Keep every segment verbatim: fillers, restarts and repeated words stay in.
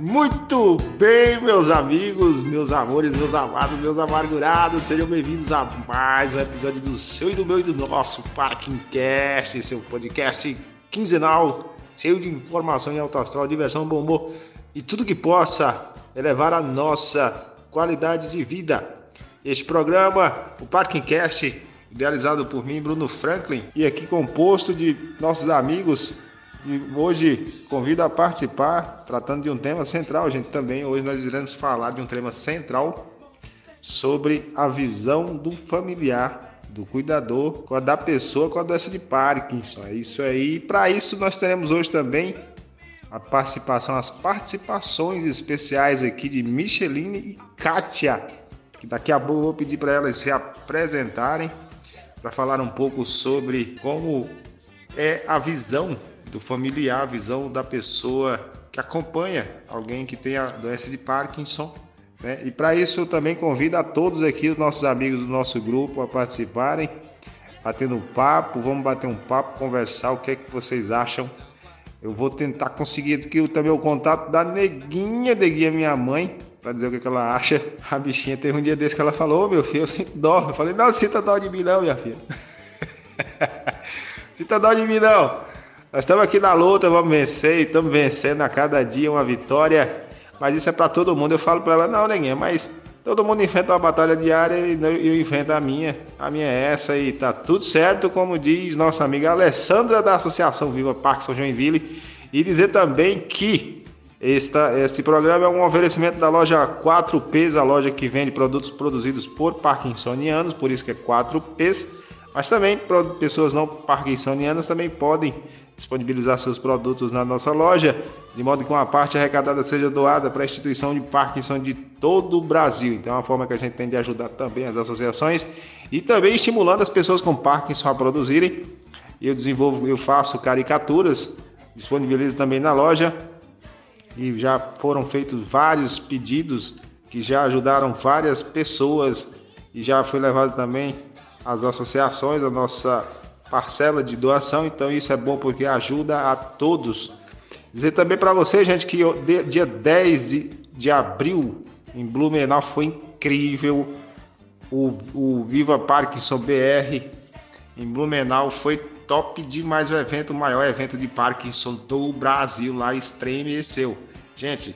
Muito bem, meus amigos, meus amores, meus amados, meus amargurados, sejam bem-vindos a mais um episódio do seu e do meu e do nosso Parkingcast, seu podcast quinzenal, cheio de informação em alto astral, diversão, bom humor e tudo que possa elevar a nossa qualidade de vida. Este programa, o Parkingcast, idealizado por mim, Bruno Franklin, e aqui composto de nossos amigos. E hoje convido a participar, tratando de um tema central, gente, também. Hoje nós iremos falar de um tema central sobre a visão do familiar, do cuidador, da pessoa com a doença de Parkinson. É isso aí. Para isso nós teremos hoje também a participação, as participações especiais aqui de Micheline e Kátia, que daqui a pouco eu vou pedir para elas se apresentarem, para falar um pouco sobre como é a visão do familiar, a visão da pessoa que acompanha alguém que tem a doença de Parkinson, né? E para isso eu também convido a todos aqui, os nossos amigos do nosso grupo, a participarem, batendo um papo, vamos bater um papo, conversar, o que é que vocês acham. Eu vou tentar conseguir aqui também o contato da Neguinha, Neguinha, minha mãe, para dizer o que, é que ela acha. A bichinha teve um dia desse que ela falou: ô, meu filho, eu sinto dó. Eu falei: não, sinta dó de mim não, minha filha. Sinta dó de mim não. Nós estamos aqui na luta, vamos vencer, e estamos vencendo a cada dia uma vitória, mas isso é para todo mundo. Eu falo para ela: não, Neguinha, mas todo mundo enfrenta uma batalha diária e eu enfrento a minha, a minha é essa, e tá tudo certo, como diz nossa amiga Alessandra da Associação Viva Parkinson Joinville. E dizer também que esta, este programa é um oferecimento da loja quatro P's, a loja que vende produtos produzidos por parkinsonianos, por isso que é quatro P's, mas também pessoas não parkinsonianas também podem disponibilizar seus produtos na nossa loja, de modo que uma parte arrecadada seja doada para a instituição de Parkinson de todo o Brasil. Então é uma forma que a gente tem de ajudar também as associações e também estimulando as pessoas com Parkinson a produzirem. Eu desenvolvo, eu faço caricaturas, disponibilizo também na loja, e já foram feitos vários pedidos que já ajudaram várias pessoas e já foi levado também às associações, a nossa parcela de doação. Então isso é bom porque ajuda a todos. Dizer também para você, gente, que dia dez de abril em Blumenau foi incrível. O, o Viva Parkinson B R em Blumenau foi top demais. O evento, o maior evento de Parkinson do Brasil, lá estremeceu. Gente,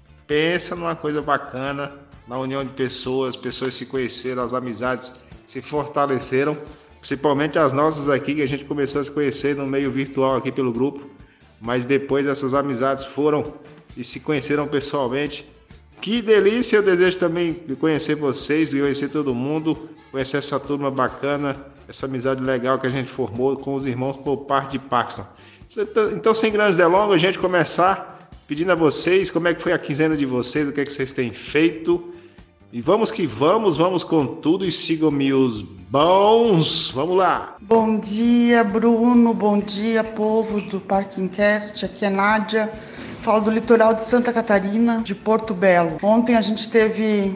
pensa numa coisa bacana, na união de pessoas, pessoas se conheceram, as amizades se fortaleceram, principalmente as nossas aqui, que a gente começou a se conhecer no meio virtual aqui pelo grupo, mas depois essas amizades foram e se conheceram pessoalmente. Que delícia! Eu desejo também conhecer vocês, conhecer todo mundo, conhecer essa turma bacana, essa amizade legal que a gente formou com os irmãos por parte de Parkinson. Então, sem grandes delongas, a gente começar pedindo a vocês como é que foi a quinzena de vocês, o que é que vocês têm feito. E vamos que vamos, vamos com tudo e sigam-me os bons. Vamos lá. Bom dia, Bruno. Bom dia, povo do Parkingcast. Aqui é Nádia. Falo do litoral de Santa Catarina, de Porto Belo. Ontem a gente teve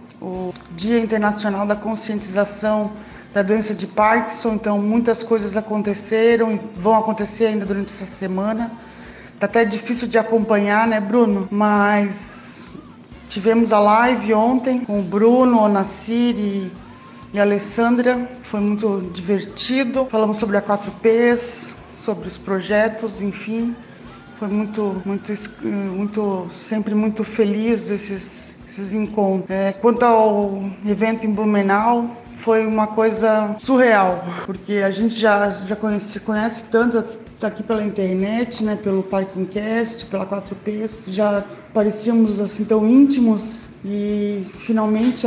o Dia Internacional da Conscientização da Doença de Parkinson. Então muitas coisas aconteceram e vão acontecer ainda durante essa semana. Tá até difícil de acompanhar, né, Bruno? Mas tivemos a live ontem com o Bruno, o Onacir e, e a Alessandra. Foi muito divertido. Falamos sobre a quatro P's, sobre os projetos, enfim. Foi muito, muito, muito, sempre muito feliz esses, esses encontros. É, quanto ao evento em Blumenau, foi uma coisa surreal, porque a gente já, já conhece, conhece tanto aqui pela internet, né, pelo Parkingcast, pela quatro P's, já parecíamos assim tão íntimos e finalmente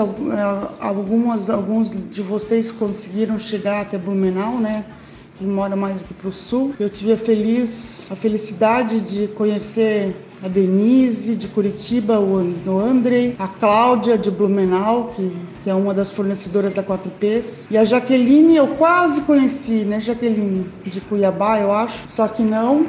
algumas, alguns de vocês conseguiram chegar até Blumenau, né, que mora mais aqui para o sul. Eu tive a, feliz, a felicidade de conhecer a Denise de Curitiba, o Andrei, a Cláudia de Blumenau, que, que é uma das fornecedoras da quatro P's, e a Jaqueline eu quase conheci, né, Jaqueline, de Cuiabá, eu acho, só que não,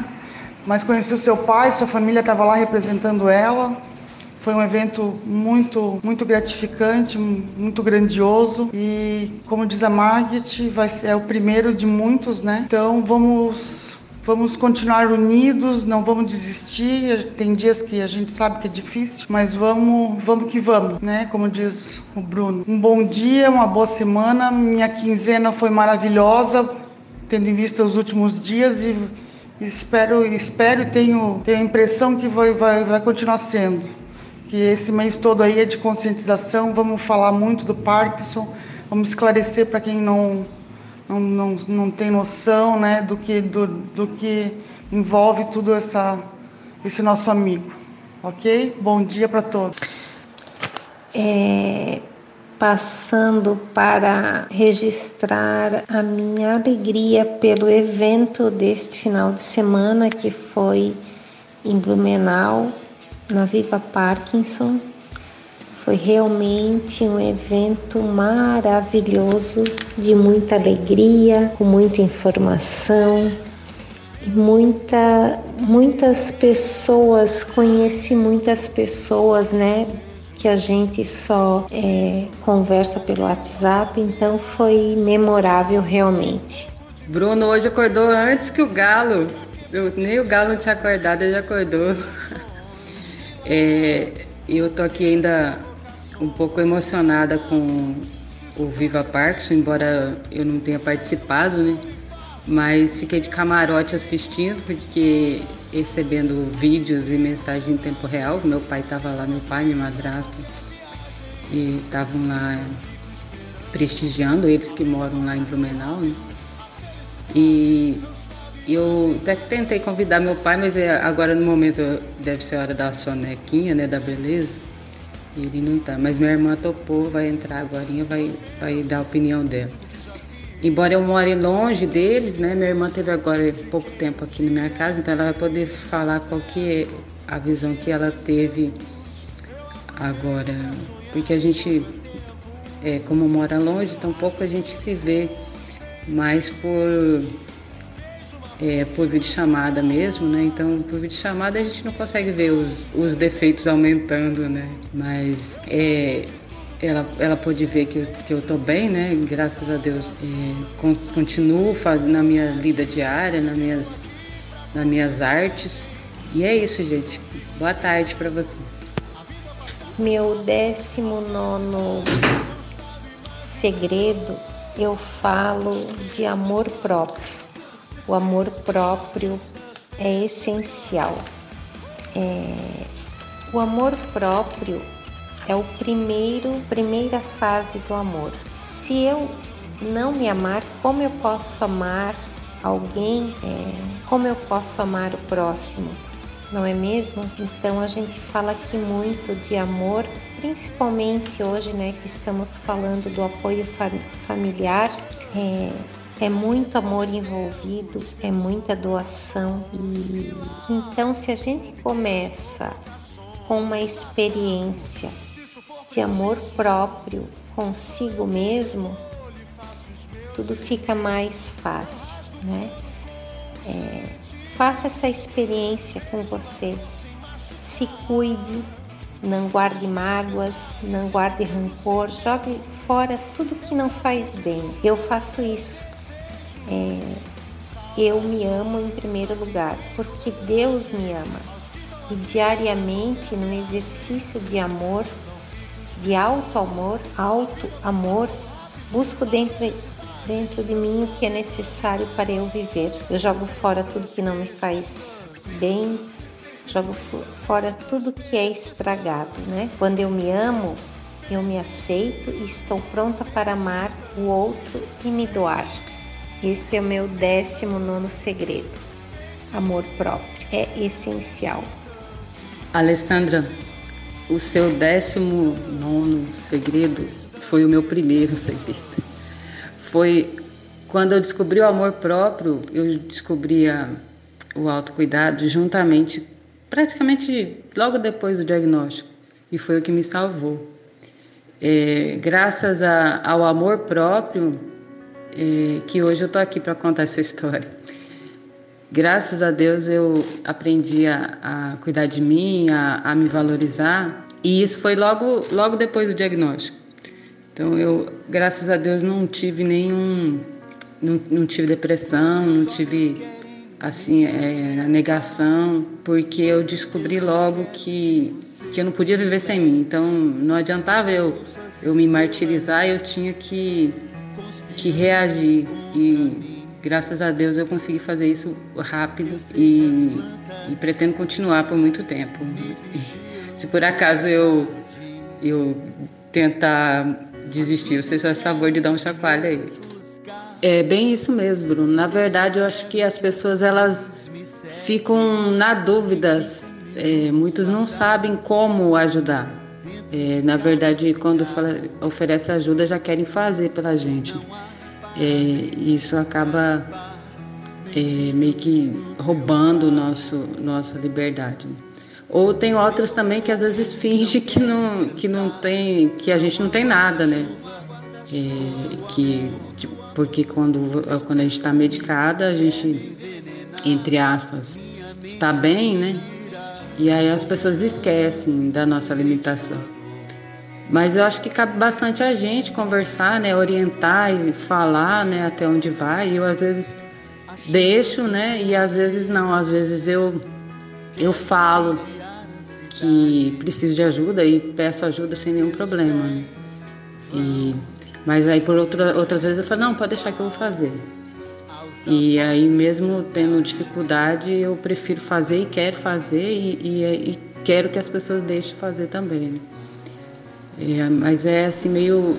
mas conheci o seu pai, sua família estava lá representando ela. Foi um evento muito, muito gratificante, muito grandioso e, como diz a Margit, vai ser, é o primeiro de muitos, né? Então vamos Vamos continuar unidos, não vamos desistir. Tem dias que a gente sabe que é difícil, mas vamos, vamos que vamos, né? Como diz o Bruno. Um bom dia, uma boa semana. Minha quinzena foi maravilhosa, tendo em vista os últimos dias, e espero, espero e tenho, tenho a impressão que vai, vai, vai continuar sendo. Que esse mês todo aí é de conscientização. Vamos falar muito do Parkinson, vamos esclarecer para quem não Não, não, não tem noção, né, do que, do, do que envolve tudo essa, esse nosso amigo, ok? Bom dia para todos. É, passando para registrar a minha alegria pelo evento deste final de semana, que foi em Blumenau, na Viva Parkinson. Foi realmente um evento maravilhoso, de muita alegria, com muita informação, muita, muitas pessoas, conheci muitas pessoas, né, que a gente só é, conversa pelo WhatsApp, então foi memorável realmente. Bruno hoje acordou antes que o Galo, eu, nem o Galo não tinha acordado, ele já acordou. É, eu tô aqui ainda um pouco emocionada com o Viva Parkinson, embora eu não tenha participado, né? Mas fiquei de camarote assistindo, porque recebendo vídeos e mensagens em tempo real. Meu pai estava lá, meu pai, minha madrasta, e estavam lá prestigiando, eles que moram lá em Blumenau, né? E eu até tentei convidar meu pai, mas agora no momento deve ser a hora da sonequinha, né, da beleza. Ele não tá, mas minha irmã topou, vai entrar agora, vai, vai dar a opinião dela. Embora eu more longe deles, né, minha irmã teve agora pouco tempo aqui na minha casa, então ela vai poder falar qual que é a visão que ela teve agora, porque a gente, é, como mora longe, tão pouco a gente se vê mais por... É, por videochamada mesmo, né? Então, por videochamada a gente não consegue ver os, os defeitos aumentando, né? Mas é, ela, ela pôde ver que eu, que eu tô bem, né? Graças a Deus. É, con, continuo fazendo a minha lida diária, nas minhas, nas minhas artes. E é isso, gente. Boa tarde para vocês. Meu décimo nono segredo, eu falo de amor próprio. O amor próprio é essencial. É, o amor próprio é o primeiro, primeira fase do amor. Se eu não me amar, como eu posso amar alguém? É, como eu posso amar o próximo? Não é mesmo? Então a gente fala aqui muito de amor, principalmente hoje, né, que estamos falando do apoio familiar. É, É muito amor envolvido, é muita doação. E então, se a gente começa com uma experiência de amor próprio consigo mesmo, tudo fica mais fácil, né? É, faça essa experiência com você. Se cuide, não guarde mágoas, não guarde rancor, jogue fora tudo que não faz bem. Eu faço isso. É, eu me amo em primeiro lugar, porque Deus me ama. E diariamente, no exercício de amor, de auto-amor, auto-amor, busco dentro, dentro de mim o que é necessário para eu viver. Eu jogo fora tudo que não me faz bem, jogo fora tudo que é estragado, né? Quando eu me amo, eu me aceito e estou pronta para amar o outro e me doar. Este é o meu décimo nono segredo. Amor próprio é essencial. Alessandra, o seu décimo nono segredo foi o meu primeiro segredo. Foi quando eu descobri o amor próprio, eu descobri a, o autocuidado juntamente, praticamente logo depois do diagnóstico. E foi o que me salvou. É, graças a, ao amor próprio, É, que hoje eu tô aqui para contar essa história. Graças a Deus eu aprendi a, a cuidar de mim, a, a me valorizar, e isso foi logo, logo depois do diagnóstico. Então eu, graças a Deus, não tive nenhum, não, não tive depressão, não tive assim, é, na negação, porque eu descobri logo que, que eu não podia viver sem mim. Então, não adiantava eu, eu me martirizar, eu tinha que, que reagir. E, graças a Deus, eu consegui fazer isso rápido e, e pretendo continuar por muito tempo. Se por acaso eu, eu tentar desistir, você faz favor de dar um chacoalho aí. É bem isso mesmo, Bruno. Na verdade, eu acho que as pessoas elas ficam na dúvida. É, muitos não sabem como ajudar. É, na verdade, quando fala, oferece ajuda, já querem fazer pela gente. É, isso acaba é, meio que roubando nosso, nossa liberdade. Ou tem outras também que às vezes finge que não, que não tem, que a gente não tem nada, né? É, que, porque quando, quando a gente está medicada, a gente, entre aspas, está bem, né? E aí as pessoas esquecem da nossa limitação. Mas eu acho que cabe bastante a gente conversar, né? Orientar e falar, né? Até onde vai. E eu às vezes deixo, né? E às vezes não. Às vezes eu, eu falo que preciso de ajuda e peço ajuda sem nenhum problema, né? E... Mas aí por outra, outras vezes eu falo, não, pode deixar que eu vou fazer. E aí mesmo tendo dificuldade, eu prefiro fazer e quero fazer e, e, e quero que as pessoas deixem fazer também. Né? É, mas é assim meio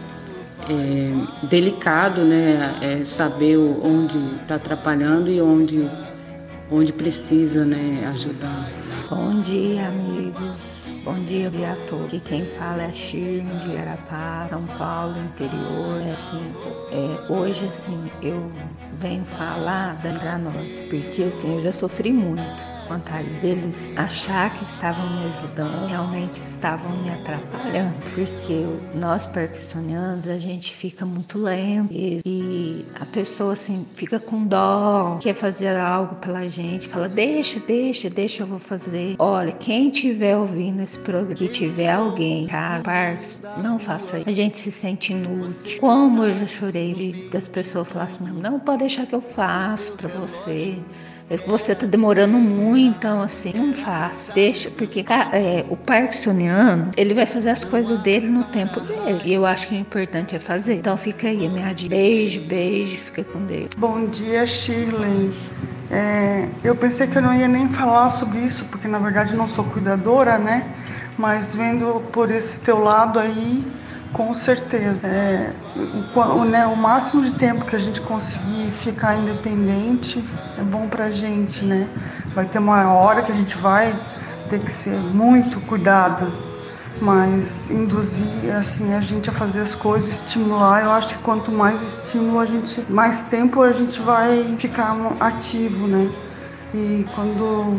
é, delicado, né? É, saber onde está atrapalhando e onde, onde precisa, né, ajudar. Bom dia, amigos. Bom dia a todos. Aqui quem fala é a Shirley de Arapá, São Paulo, interior. É assim, é, hoje, assim, eu venho falar para nós, porque assim, eu já sofri muito quanto a deles achar que estavam me ajudando, realmente estavam me atrapalhando, porque nós percussionianos, a gente fica muito lento e, e a pessoa assim fica com dó, quer fazer algo pela gente, fala deixa, deixa, deixa, eu vou fazer. Olha, quem tiver ouvindo esse programa, que tiver alguém, cara, parques, não faça isso. A gente se sente inútil. Como eu já chorei das pessoas falarem assim, não, pode deixar que eu faço pra você. Você tá demorando muito, então assim, não faça, deixa, porque é, o parkinsoniano, ele vai fazer as coisas dele no tempo dele, e eu acho que o importante é fazer. Então fica aí a minha dica. Beijo, beijo, fica com Deus. Bom dia, Shirley. É, eu pensei que eu não ia nem falar sobre isso, porque na verdade eu não sou cuidadora, né? Mas vendo por esse teu lado aí, com certeza. É, o, né, o máximo de tempo que a gente conseguir ficar independente é bom pra gente, né? Vai ter uma hora que a gente vai ter que ser muito cuidada, mas induzir assim, a gente a fazer as coisas, estimular. Eu acho que quanto mais estímulo, a gente, mais tempo a gente vai ficar ativo, né? E quando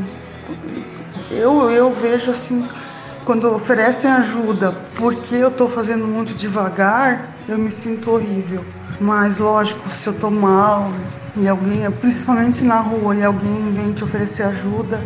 eu, eu vejo assim, quando oferecem ajuda porque eu estou fazendo muito devagar, eu me sinto horrível. Mas lógico, se eu estou mal e alguém, principalmente na rua, e alguém vem te oferecer ajuda,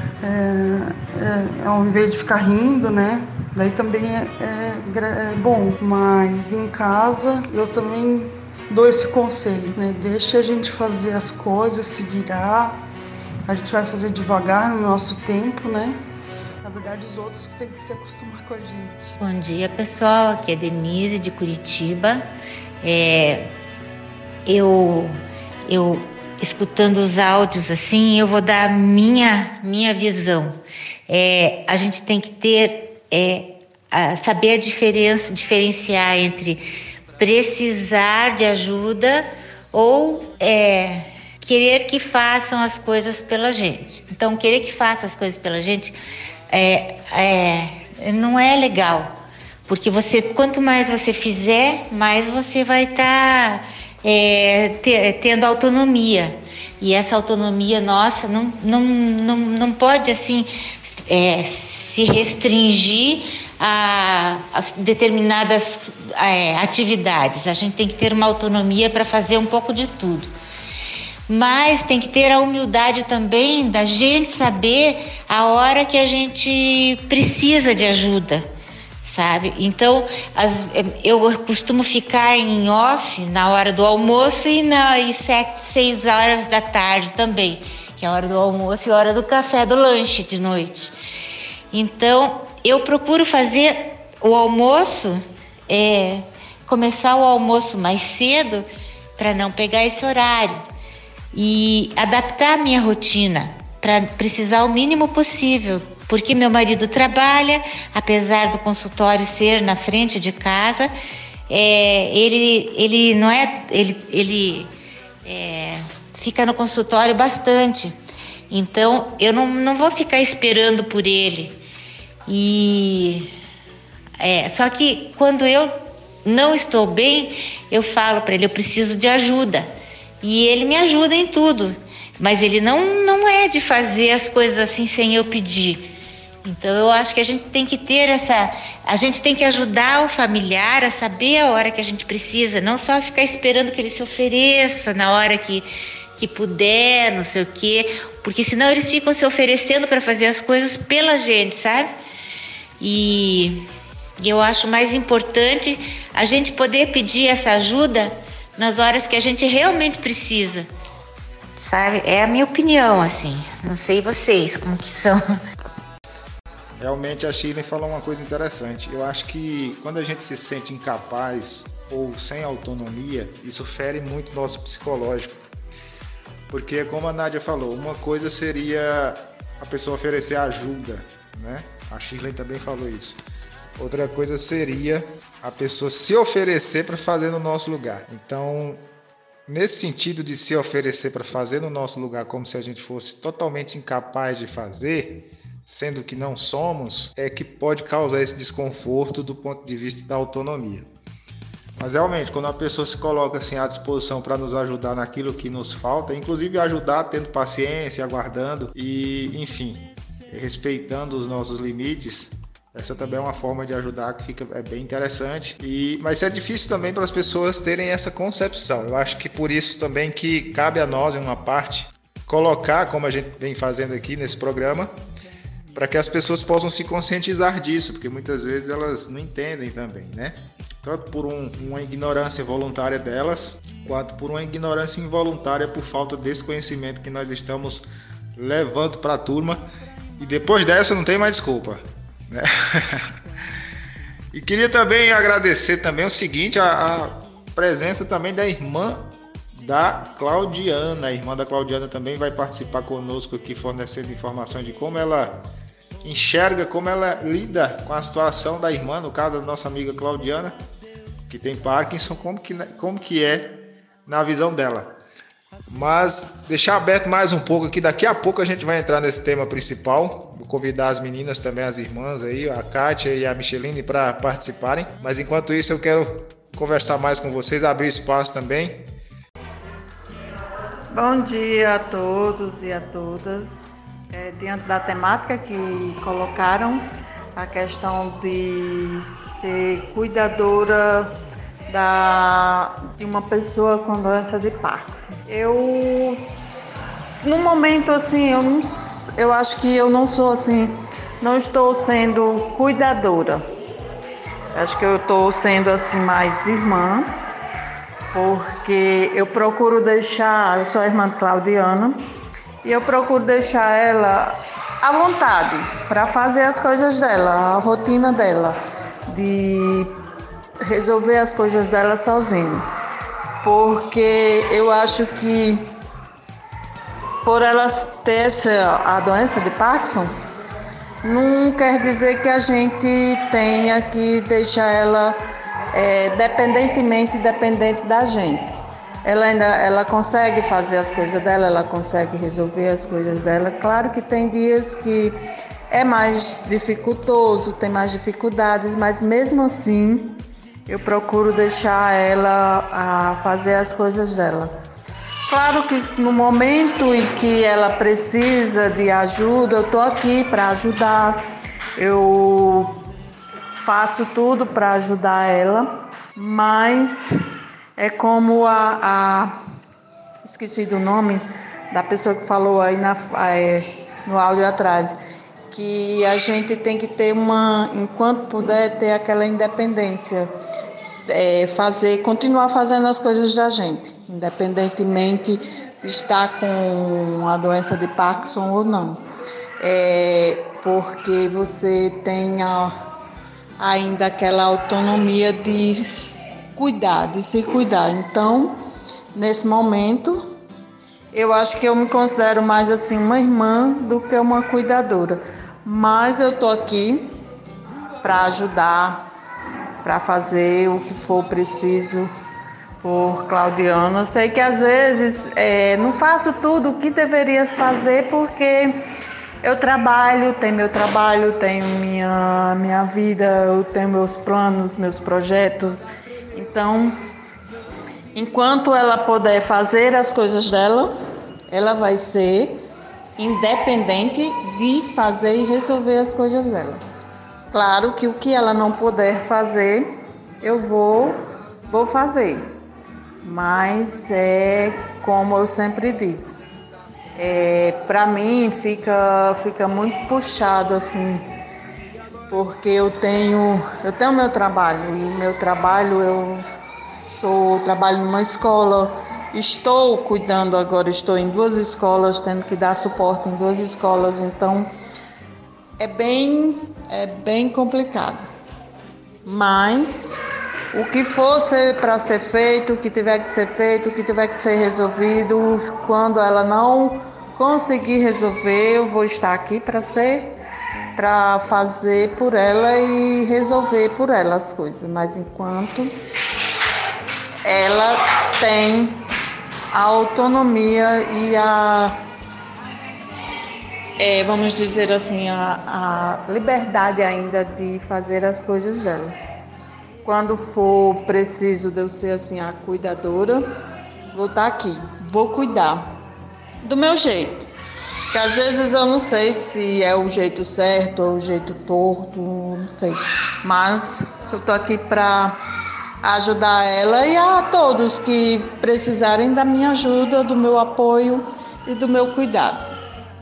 é, é, ao invés de ficar rindo, né? Daí também é, é, é bom. Mas em casa eu também dou esse conselho, né? Deixa a gente fazer as coisas, se virar. A gente vai fazer devagar no nosso tempo, né? Na verdade, os outros têm que se acostumar com a gente. Bom dia, pessoal. Aqui é Denise, de Curitiba. É, eu, eu, escutando os áudios assim, eu vou dar minha, minha visão. É, a gente tem que ter, é, a saber a diferença, diferenciar entre precisar de ajuda ou é, querer que façam as coisas pela gente. Então, querer que façam as coisas pela gente É, é, não é legal, porque você, quanto mais você fizer, mais você vai estar tá, é, te, tendo autonomia, e essa autonomia nossa não, não, não, não pode assim é, se restringir a, a determinadas é, atividades. A gente tem que ter uma autonomia para fazer um pouco de tudo. Mas tem que ter a humildade também da gente saber a hora que a gente precisa de ajuda, sabe? Então, as, eu costumo ficar em off na hora do almoço e na e sete, seis horas da tarde também, que é a hora do almoço e a hora do café, do lanche de noite. Então, eu procuro fazer o almoço, é, começar o almoço mais cedo para não pegar esse horário e adaptar a minha rotina para precisar o mínimo possível, porque meu marido trabalha, apesar do consultório ser na frente de casa, é, ele, ele não é, ele, ele é, fica no consultório bastante, então eu não, não vou ficar esperando por ele. E é, só que quando eu não estou bem, eu falo para ele, eu preciso de ajuda, e ele me ajuda em tudo, mas ele não, não é de fazer as coisas assim sem eu pedir. Então eu acho que a gente tem que ter essa, a gente tem que ajudar o familiar a saber a hora que a gente precisa, não só ficar esperando que ele se ofereça na hora que, que puder, não sei o quê, porque senão eles ficam se oferecendo para fazer as coisas pela gente, sabe? E eu acho mais importante a gente poder pedir essa ajuda nas horas que a gente realmente precisa, sabe? É a minha opinião, assim, não sei vocês como que são. Realmente a Shirley falou uma coisa interessante. Eu acho que quando a gente se sente incapaz ou sem autonomia, isso fere muito o nosso psicológico. Porque, como a Nádia falou, uma coisa seria a pessoa oferecer ajuda, né? A Shirley também falou isso. Outra coisa seria a pessoa se oferecer para fazer no nosso lugar. Então, nesse sentido de se oferecer para fazer no nosso lugar, como se a gente fosse totalmente incapaz de fazer, sendo que não somos, é que pode causar esse desconforto do ponto de vista da autonomia. Mas realmente, quando a pessoa se coloca assim à disposição para nos ajudar naquilo que nos falta, inclusive ajudar tendo paciência, aguardando e, enfim, respeitando os nossos limites, essa também é uma forma de ajudar que fica é bem interessante. E, mas é difícil também para as pessoas terem essa concepção. Eu acho que por isso também que cabe a nós, em uma parte, colocar, como a gente vem fazendo aqui nesse programa, para que as pessoas possam se conscientizar disso, porque muitas vezes elas não entendem também, né? Tanto por um, uma ignorância voluntária delas, quanto por uma ignorância involuntária por falta desse conhecimento que nós estamos levando para a turma. E depois dessa não tem mais desculpa, né? E queria também agradecer também o seguinte, a, a presença também da irmã da Claudiana. A irmã da Claudiana também vai participar conosco aqui, fornecendo informações de como ela enxerga, como ela lida com a situação da irmã, no caso da nossa amiga Claudiana, que tem Parkinson, como que, como que é na visão dela. Mas deixar aberto mais um pouco aqui, daqui a pouco a gente vai entrar nesse tema principal. Vou convidar as meninas também, as irmãs aí, a Kátia e a Micheline, para participarem. Mas enquanto isso eu quero conversar mais com vocês, abrir espaço também. Bom dia a todos e a todas. É, diante da temática que colocaram, a questão de ser cuidadora da, de uma pessoa com doença de Parkinson. Eu, no momento assim, eu, não, eu acho que eu não sou assim, não estou sendo cuidadora. Acho que eu estou sendo assim mais irmã, porque eu procuro deixar, eu sou a irmã Claudiana, e eu procuro deixar ela à vontade para fazer as coisas dela, a rotina dela, de resolver as coisas dela sozinha. Porque eu acho que por ela ter essa, a doença de Parkinson, não quer dizer que a gente tenha que deixar ela é, dependentemente dependente da gente. Ela ainda ela consegue fazer as coisas dela, ela consegue resolver as coisas dela. Claro que tem dias que é mais dificultoso, tem mais dificuldades, mas mesmo assim eu procuro deixar ela a fazer as coisas dela. Claro que no momento em que ela precisa de ajuda, eu estou aqui para ajudar, eu faço tudo para ajudar ela, mas é como a, a... esqueci do nome da pessoa que falou aí na, é, no áudio atrás. que a gente tem que ter uma, enquanto puder, ter aquela independência, é, fazer, continuar fazendo as coisas da gente, independentemente de estar com a doença de Parkinson ou não, é, porque você tem a, ainda aquela autonomia de cuidar, de se cuidar. Então, nesse momento, eu acho que eu me considero mais assim uma irmã do que uma cuidadora. Mas eu estou aqui para ajudar, para fazer o que for preciso por Claudiana. Sei que às vezes é, não faço tudo o que deveria fazer porque eu trabalho, tenho meu trabalho, tenho minha, minha vida, eu tenho meus planos, meus projetos. Então, enquanto ela puder fazer as coisas dela, ela vai ser independente de fazer e resolver as coisas dela. Claro que o que ela não puder fazer, eu vou, vou fazer. Mas é como eu sempre digo, é, para mim fica, fica muito puxado assim, porque eu tenho, eu tenho meu trabalho, e o meu trabalho eu sou, trabalho numa escola, estou cuidando agora, estou em duas escolas, tendo que dar suporte em duas escolas, então é bem, é bem complicado. Mas o que for para ser feito, o que tiver que ser feito, o que tiver que ser resolvido, quando ela não conseguir resolver, eu vou estar aqui para ser, para fazer por ela e resolver por ela as coisas. Mas enquanto ela tem a autonomia e a, é, vamos dizer assim, a, a liberdade ainda de fazer as coisas dela. Quando for preciso de eu ser assim a cuidadora, vou estar aqui, vou cuidar do meu jeito. Porque às vezes eu não sei se é o jeito certo ou o jeito torto, não sei. Mas eu estou aqui para ajudar ela e a todos que precisarem da minha ajuda, do meu apoio e do meu cuidado.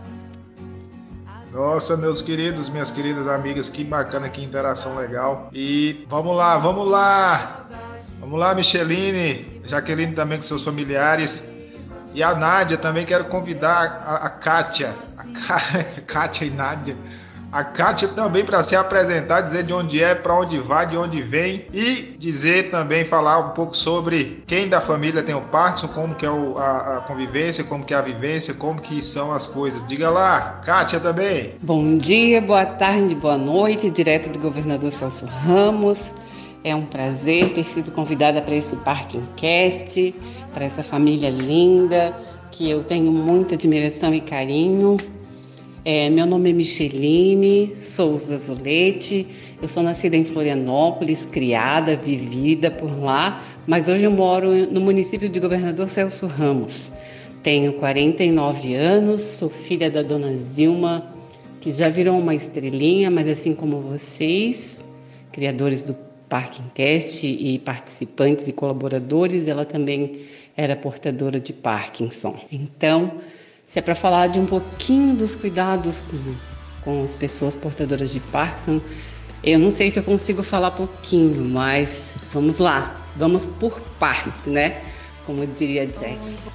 Nossa, meus queridos, minhas queridas amigas, que bacana, que interação legal. E vamos lá, vamos lá. Vamos lá, Micheline, Jaqueline também com seus familiares. E a Nádia também, quero convidar a, a Kátia, a Kátia e Nádia. A Kátia também para se apresentar, dizer de onde é, para onde vai, de onde vem e dizer também, falar um pouco sobre quem da família tem o Parkinson, como que é o, a, a convivência, como que é a vivência, como que são as coisas. Diga lá, Kátia também. Bom dia, boa tarde, boa noite, direto do governador Celso Ramos. É um prazer ter sido convidada para esse ParkinCast, para essa família linda, que eu tenho muita admiração e carinho. É, meu nome é Micheline Souza Zulete, eu sou nascida em Florianópolis, criada, vivida por lá, mas hoje eu moro no município de Governador Celso Ramos. Tenho quarenta e nove anos, sou filha da dona Zilma, que já virou uma estrelinha, mas assim como vocês, criadores do ParkinCast e participantes e colaboradores, ela também era portadora de Parkinson. Então, se é para falar de um pouquinho dos cuidados com, com as pessoas portadoras de Parkinson, eu não sei se eu consigo falar pouquinho, mas vamos lá, vamos por partes, né? Como diria Jack.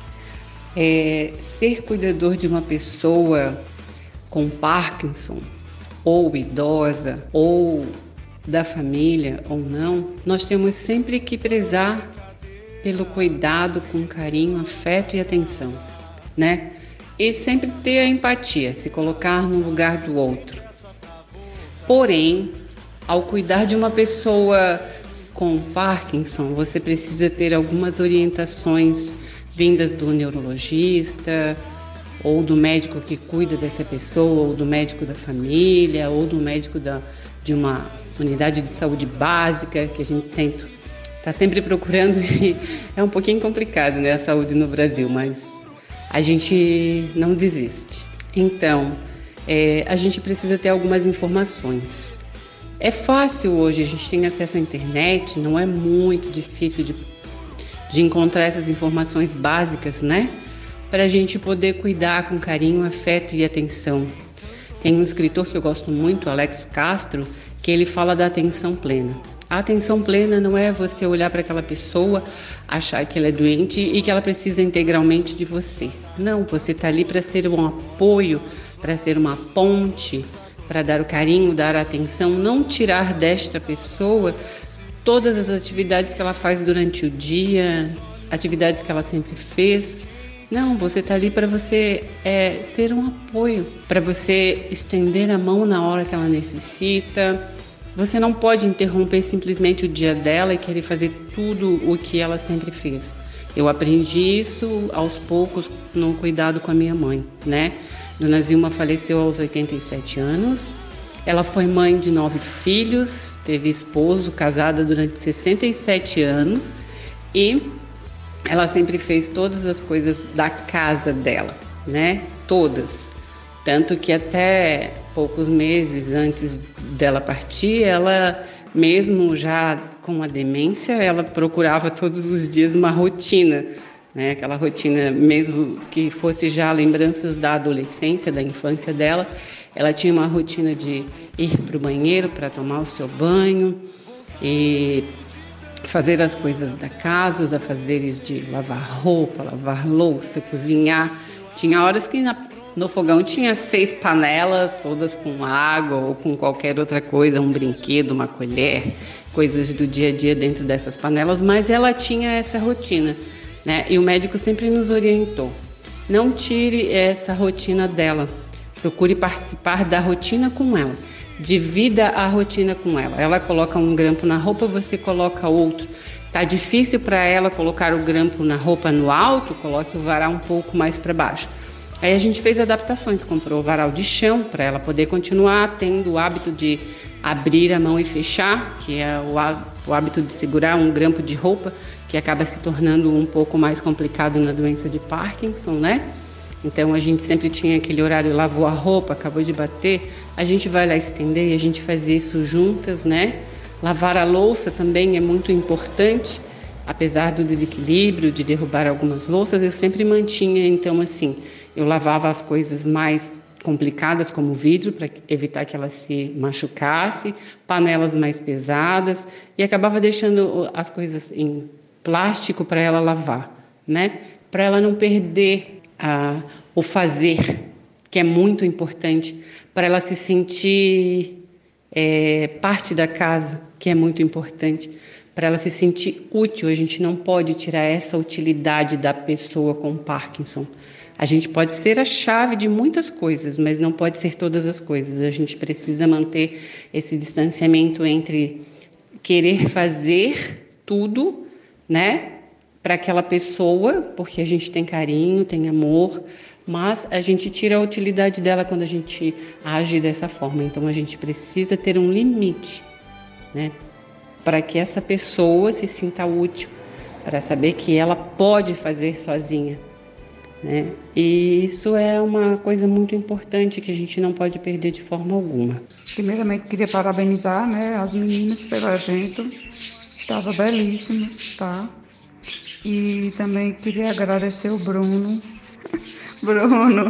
É, ser cuidador de uma pessoa com Parkinson, ou idosa, ou da família, ou não, nós temos sempre que prezar pelo cuidado com carinho, afeto e atenção, né? E sempre ter a empatia, se colocar no lugar do outro. Porém, ao cuidar de uma pessoa com Parkinson, você precisa ter algumas orientações vindas do neurologista, ou do médico que cuida dessa pessoa, ou do médico da família, ou do médico da, de uma unidade de saúde básica, que a gente tenta, tá sempre procurando, e é um pouquinho complicado, né, a saúde no Brasil, mas a gente não desiste. Então, é, a gente precisa ter algumas informações. É fácil hoje, a gente tem acesso à internet, não é muito difícil de, de encontrar essas informações básicas, né? Para a gente poder cuidar com carinho, afeto e atenção. Tem um escritor que eu gosto muito, Alex Castro, que ele fala da atenção plena. A atenção plena não é você olhar para aquela pessoa, achar que ela é doente e que ela precisa integralmente de você. Não, você está ali para ser um apoio, para ser uma ponte, para dar o carinho, dar a atenção, não tirar desta pessoa todas as atividades que ela faz durante o dia, atividades que ela sempre fez. Não, você está ali para você é, ser um apoio, para você estender a mão na hora que ela necessita. Você não pode interromper simplesmente o dia dela e querer fazer tudo o que ela sempre fez. Eu aprendi isso aos poucos no cuidado com a minha mãe, né? Dona Zilma faleceu aos oitenta e sete anos. Ela foi mãe de nove filhos, teve esposo, casada durante sessenta e sete anos e ela sempre fez todas as coisas da casa dela, né? Todas. Tanto que até poucos meses antes dela partir, ela, mesmo já com a demência, ela procurava todos os dias uma rotina, né? Aquela rotina, mesmo que fosse já lembranças da adolescência, da infância dela, ela tinha uma rotina de ir para o banheiro para tomar o seu banho e fazer as coisas da casa, os afazeres de lavar roupa, lavar louça, cozinhar. Tinha horas que na No fogão tinha seis panelas, todas com água ou com qualquer outra coisa, um brinquedo, uma colher, coisas do dia a dia dentro dessas panelas, mas ela tinha essa rotina, né? E o médico sempre nos orientou: não tire essa rotina dela, procure participar da rotina com ela, divida a rotina com ela. Ela coloca um grampo na roupa, você coloca outro. Tá difícil para ela colocar o grampo na roupa no alto, coloque o varal um pouco mais para baixo. Aí a gente fez adaptações, comprou varal de chão para ela poder continuar tendo o hábito de abrir a mão e fechar, que é o hábito de segurar um grampo de roupa, que acaba se tornando um pouco mais complicado na doença de Parkinson, né? Então a gente sempre tinha aquele horário, lavou a roupa, acabou de bater, a gente vai lá estender e a gente fazia isso juntas, né? Lavar a louça também é muito importante. Apesar do desequilíbrio, de derrubar algumas louças, eu sempre mantinha, então assim, eu lavava as coisas mais complicadas, como vidro, para evitar que ela se machucasse, panelas mais pesadas, e acabava deixando as coisas em plástico para ela lavar, né? Para ela não perder a, o fazer, que é muito importante, para ela se sentir é, parte da casa, que é muito importante, para ela se sentir útil. A gente não pode tirar essa utilidade da pessoa com Parkinson. A gente pode ser a chave de muitas coisas, mas não pode ser todas as coisas. A gente precisa manter esse distanciamento entre querer fazer tudo, né, para aquela pessoa, porque a gente tem carinho, tem amor, mas a gente tira a utilidade dela quando a gente age dessa forma. Então a gente precisa ter um limite, né, para que essa pessoa se sinta útil, para saber que ela pode fazer sozinha, né? E isso é uma coisa muito importante que a gente não pode perder de forma alguma. Primeiramente, queria parabenizar, né, as meninas pelo evento, estava belíssimo, tá? E também queria agradecer o Bruno, Bruno,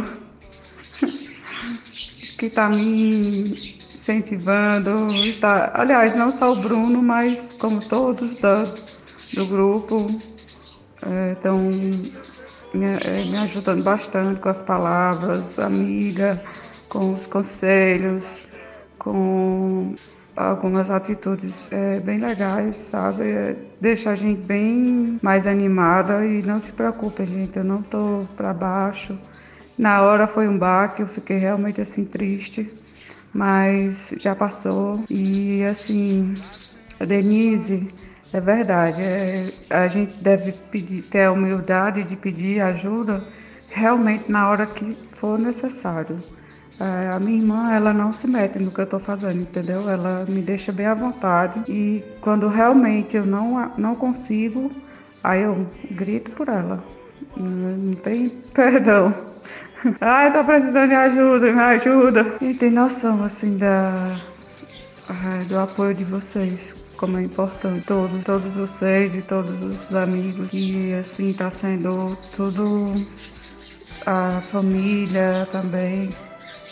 que está me incentivando, tá, aliás, não só o Bruno, mas como todos da, do grupo, estão é, me, é, me ajudando bastante com as palavras, amiga, com os conselhos, com algumas atitudes é, bem legais, sabe? É, deixa a gente bem mais animada e não se preocupe, gente, eu não tô para baixo. Na hora foi um baque, eu fiquei realmente assim triste, mas já passou. E assim, a Denise, é verdade, é, a gente deve pedir, ter a humildade de pedir ajuda realmente na hora que for necessário. É, a minha irmã, ela não se mete no que eu estou fazendo, entendeu? Ela me deixa bem à vontade e quando realmente eu não, não consigo, aí eu grito por ela. Não tem perdão. Ai, tô precisando de ajuda, me ajuda. E tem noção, assim, da, do apoio de vocês, como é importante. Todos, todos vocês e todos os amigos. E, assim, tá sendo tudo, a família também.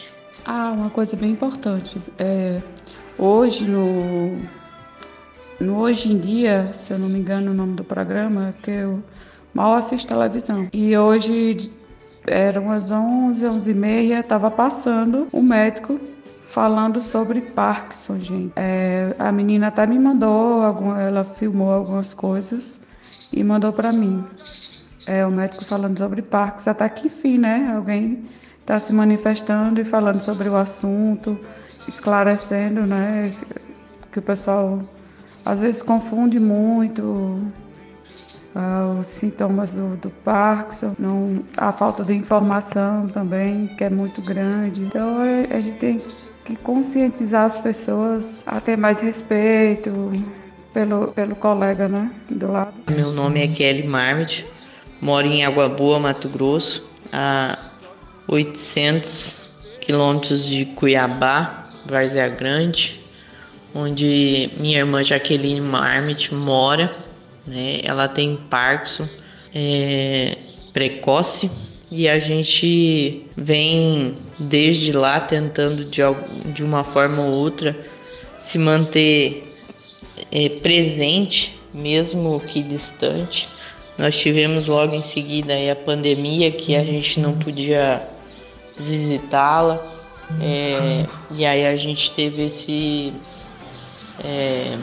Ah, uma coisa bem importante. É, hoje, no, no Hoje em Dia, se eu não me engano o nome do programa, é que eu mal assisto televisão. E hoje, eram as onze, onze e meia, estava passando o médico falando sobre Parkinson, gente. É, a menina até me mandou, algum, ela filmou algumas coisas e mandou para mim. É, o médico falando sobre Parkinson, até que enfim, né? Alguém está se manifestando e falando sobre o assunto, esclarecendo, né? Que o pessoal às vezes confunde muito ah, os sintomas do, do Parkinson, não, a falta de informação também, que é muito grande. Então a gente tem que conscientizar as pessoas a ter mais respeito pelo, pelo colega, né, do lado. Meu nome é Kelly Marmit, moro em Água Boa, Mato Grosso, a oitocentos quilômetros de Cuiabá, Várzea Grande, onde minha irmã Jaqueline Marmit mora, né? Ela tem Parkinson é, precoce e a gente vem desde lá tentando de, de uma forma ou outra se manter é, presente, mesmo que distante. Nós tivemos logo em seguida aí a pandemia, que a gente não podia visitá-la, é, e aí a gente teve esse é,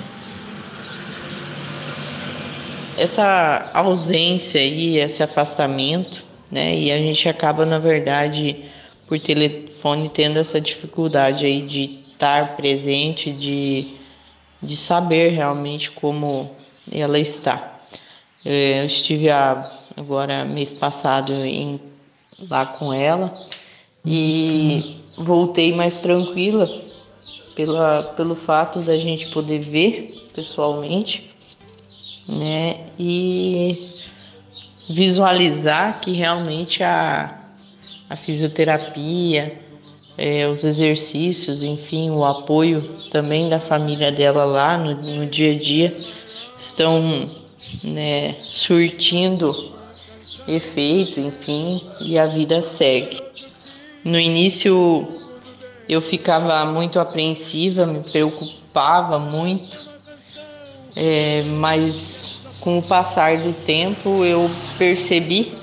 essa ausência aí, esse afastamento, né? E a gente acaba, na verdade, por telefone tendo essa dificuldade aí de estar presente, de, de saber realmente como ela está. Eu estive agora mês passado em, lá com ela e voltei mais tranquila pela, pelo fato da gente poder ver pessoalmente, né, e visualizar que realmente a, a fisioterapia, é, os exercícios, enfim, o apoio também da família dela lá no, no dia a dia estão, né, surtindo efeito, enfim, e a vida segue. No início eu ficava muito apreensiva, me preocupava muito, é, mas com o passar do tempo eu percebi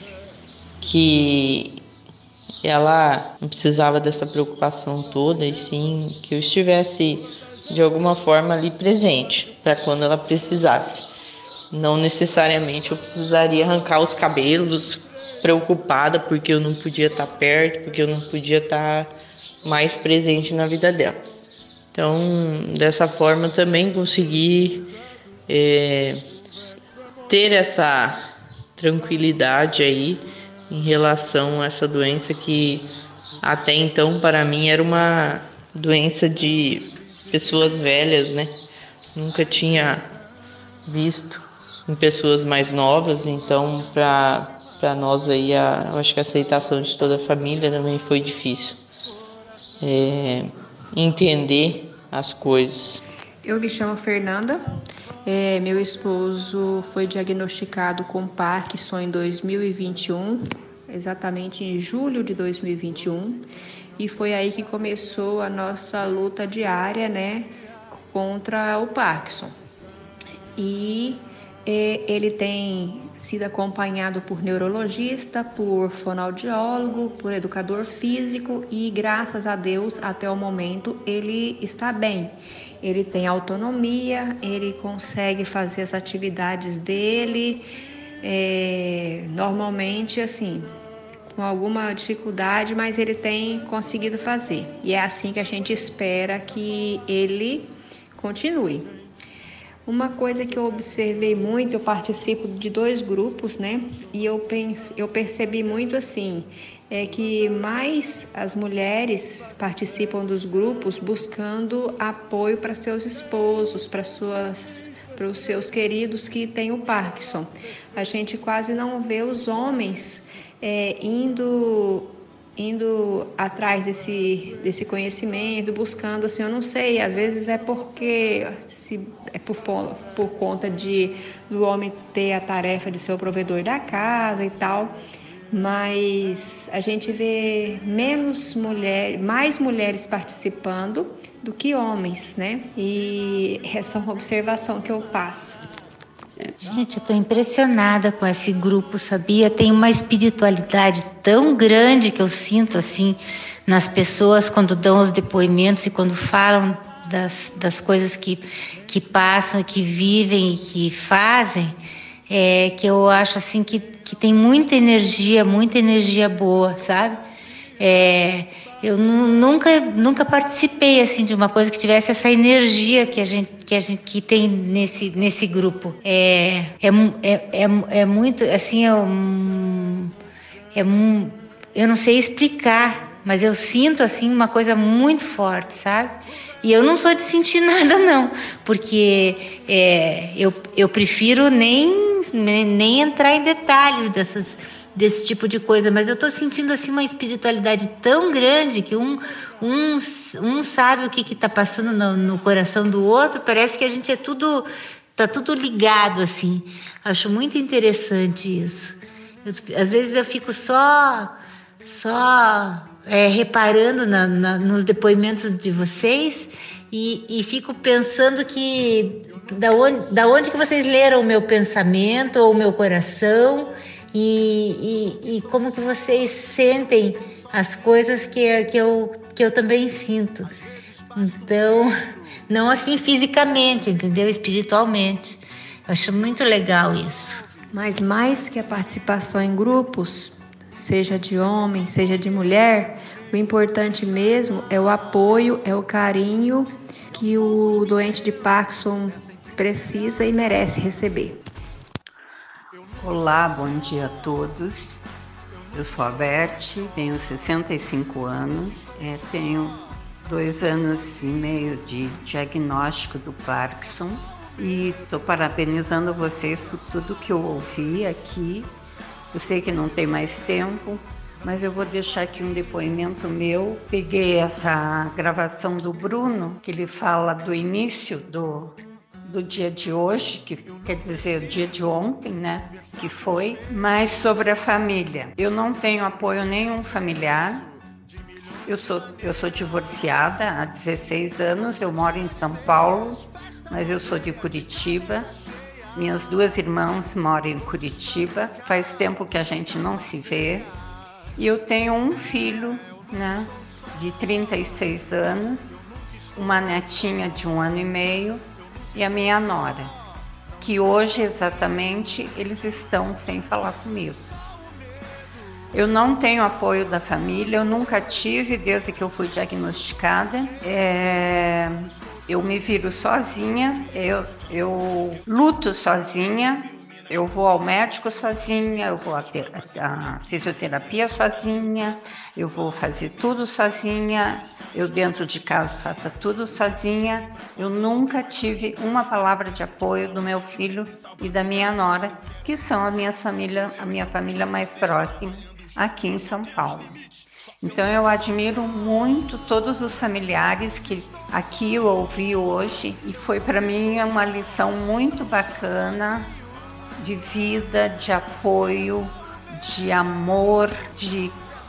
que ela não precisava dessa preocupação toda, e sim que eu estivesse de alguma forma ali presente para quando ela precisasse. Não necessariamente eu precisaria arrancar os cabelos, preocupada porque eu não podia estar perto, porque eu não podia estar mais presente na vida dela. Então, dessa forma, eu também consegui é, ter essa tranquilidade aí em relação a essa doença que até então para mim era uma doença de pessoas velhas, né? Nunca tinha visto em pessoas mais novas, então para para nós aí a, eu acho que a aceitação de toda a família também foi difícil, é, entender as coisas. Eu me chamo Fernanda, é, meu esposo foi diagnosticado com Parkinson em dois mil e vinte e um, exatamente em julho de dois mil e vinte e um, e foi aí que começou a nossa luta diária, né, contra o Parkinson. E é, ele tem sido acompanhado por neurologista, por fonoaudiólogo, por educador físico e, graças a Deus, até o momento, ele está bem. Ele tem autonomia, ele consegue fazer as atividades dele, é, normalmente, assim, com alguma dificuldade, mas ele tem conseguido fazer. E é assim que a gente espera que ele continue. Uma coisa que eu observei muito, eu participo de dois grupos, né? E eu, penso, eu percebi muito assim, é que mais as mulheres participam dos grupos buscando apoio para seus esposos, para suas, para os seus queridos que têm o Parkinson. A gente quase não vê os homens é, indo... indo atrás desse, desse conhecimento, buscando, assim, eu não sei, às vezes é porque se, é por, por conta de do homem ter a tarefa de ser o provedor da casa e tal, mas a gente vê menos mulheres, mais mulheres participando do que homens, né? E essa é uma observação que eu passo. Gente, eu estou impressionada com esse grupo, sabia? Tem uma espiritualidade tão grande que eu sinto assim nas pessoas quando dão os depoimentos e quando falam das, das coisas que, que passam, que vivem e que fazem, é, que eu acho assim que, que tem muita energia, muita energia boa, sabe? É, eu nunca, nunca participei assim de uma coisa que tivesse essa energia que a gente que a gente que tem nesse nesse grupo. É é é, é, é muito assim, é, um, é um, eu não sei explicar, mas eu sinto assim uma coisa muito forte, sabe? E eu não sou de sentir nada não, porque é, eu eu prefiro nem, nem nem entrar em detalhes dessas desse tipo de coisa, mas eu tô sentindo assim uma espiritualidade tão grande que um, um, um sabe o que que tá passando no, no coração do outro, parece que a gente é tudo, tá tudo ligado assim. Acho muito interessante isso. Eu, às vezes eu fico só, só é, reparando na, na, nos depoimentos de vocês e, e fico pensando que da onde, da onde que vocês leram o meu pensamento ou o meu coração. E, e, e como que vocês sentem as coisas que, que, eu, que eu também sinto. Então, não assim fisicamente, entendeu? Espiritualmente. Eu acho muito legal isso. Mas mais que a participação em grupos, seja de homem, seja de mulher, o importante mesmo é o apoio, é o carinho que o doente de Parkinson precisa e merece receber. Olá, bom dia a todos. Eu sou a Beth, tenho sessenta e cinco anos, é, tenho dois anos e meio de diagnóstico do Parkinson e estou parabenizando vocês por tudo que eu ouvi aqui. Eu sei que não tem mais tempo, mas eu vou deixar aqui um depoimento meu. Peguei essa gravação do Bruno, que ele fala do início do... do dia de hoje, que quer dizer o dia de ontem, né, que foi, mas sobre a família. Eu não tenho apoio nenhum familiar, eu sou, eu sou divorciada há dezesseis anos, eu moro em São Paulo, mas eu sou de Curitiba, minhas duas irmãs moram em Curitiba, faz tempo que a gente não se vê, e eu tenho um filho, né, de trinta e seis anos, uma netinha de um ano e meio, e a minha nora, que hoje exatamente eles estão sem falar comigo. Eu não tenho apoio da família, eu nunca tive desde que eu fui diagnosticada. É, eu me viro sozinha, eu, eu luto sozinha, eu vou ao médico sozinha, eu vou à fisioterapia sozinha, eu vou fazer tudo sozinha, eu dentro de casa faço tudo sozinha. Eu nunca tive uma palavra de apoio do meu filho e da minha nora, que são a minha família, a minha família mais próxima aqui em São Paulo. Então eu admiro muito todos os familiares que aqui eu ouvi hoje e foi para mim uma lição muito bacana de vida, de apoio, de amor, de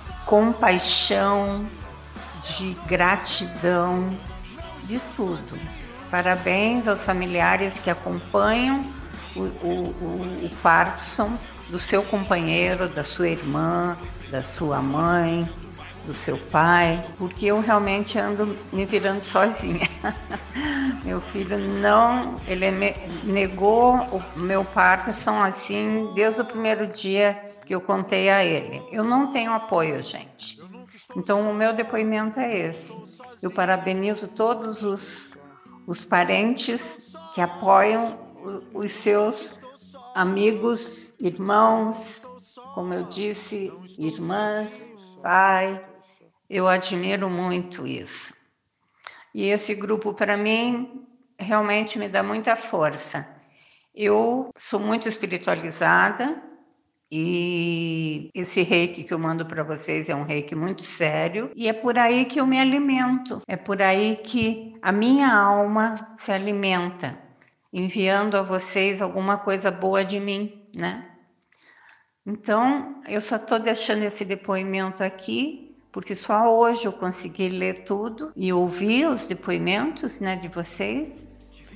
compaixão, de gratidão, de tudo. Parabéns aos familiares que acompanham o, o, o, o Parkinson, do seu companheiro, da sua irmã, da sua mãe, do seu pai, porque eu realmente ando me virando sozinha. Meu filho não, ele me negou o meu Parkinson assim desde o primeiro dia que eu contei a ele. Eu não tenho apoio, gente. Então o meu depoimento é esse. Eu parabenizo todos os, os parentes que apoiam os seus amigos, irmãos, como eu disse, irmãs, pai. Eu admiro muito isso. E esse grupo, para mim, realmente me dá muita força. Eu sou muito espiritualizada e esse reiki que eu mando para vocês é um reiki muito sério e é por aí que eu me alimento. É por aí que a minha alma se alimenta, enviando a vocês alguma coisa boa de mim, né? Então, eu só estou deixando esse depoimento aqui, porque só hoje eu consegui ler tudo e ouvir os depoimentos, né, de vocês.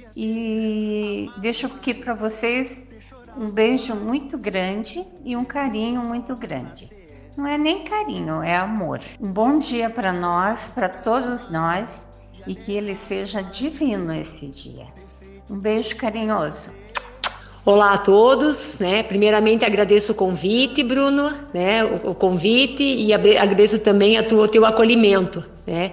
E deixo aqui para vocês um beijo muito grande e um carinho muito grande. Não é nem carinho, é amor. Um bom dia para nós, para todos nós, e que ele seja divino esse dia. Um beijo carinhoso. Olá a todos, né? Primeiramente agradeço o convite, Bruno, né? O, o convite e agradeço também a tua, o teu acolhimento, né?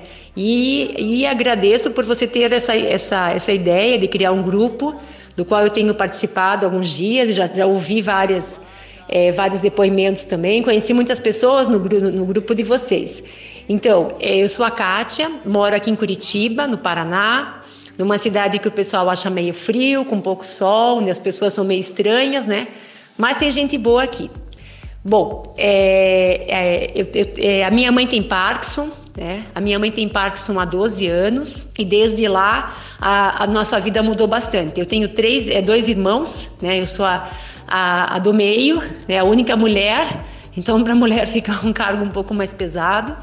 E, e agradeço por você ter essa, essa, essa ideia de criar um grupo do qual eu tenho participado há alguns dias, já, já ouvi várias, é, vários depoimentos também, conheci muitas pessoas no, no grupo de vocês. Então, eu sou a Kátia, moro aqui em Curitiba, no Paraná, numa cidade que o pessoal acha meio frio, com pouco sol, onde as pessoas são meio estranhas, né? Mas tem gente boa aqui. Bom, é, é, eu, eu, é, a minha mãe tem Parkinson, né? A minha mãe tem Parkinson há doze anos e desde lá a, a nossa vida mudou bastante. Eu tenho três, é, dois irmãos, né? Eu sou a, a, a do meio, né? A única mulher, então para a mulher fica um cargo um pouco mais pesado.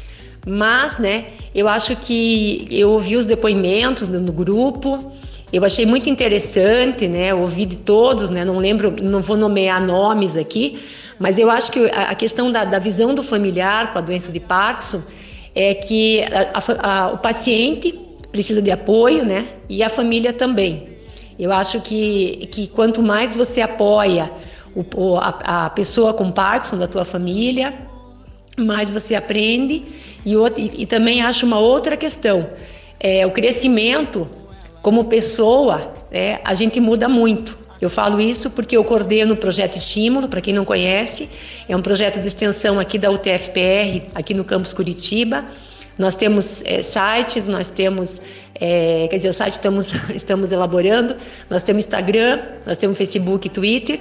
Mas, né, eu acho que eu ouvi os depoimentos no, no grupo, eu achei muito interessante, né, eu ouvi de todos, né, não lembro, não vou nomear nomes aqui, mas eu acho que a, a questão da, da visão do familiar com a doença de Parkinson é que a, a, a, o paciente precisa de apoio, né, e a família também. Eu acho que, que quanto mais você apoia o, a, a pessoa com Parkinson da tua família, mais você aprende. E, outra, e, e também acho uma outra questão, é, o crescimento como pessoa, é, a gente muda muito. Eu falo isso porque eu coordeno o projeto Estímulo, para quem não conhece, é um projeto de extensão aqui da U T F P R, aqui no campus Curitiba. Nós temos é, sites, nós temos, é, quer dizer, o site estamos, estamos elaborando, nós temos Instagram, nós temos Facebook, Twitter,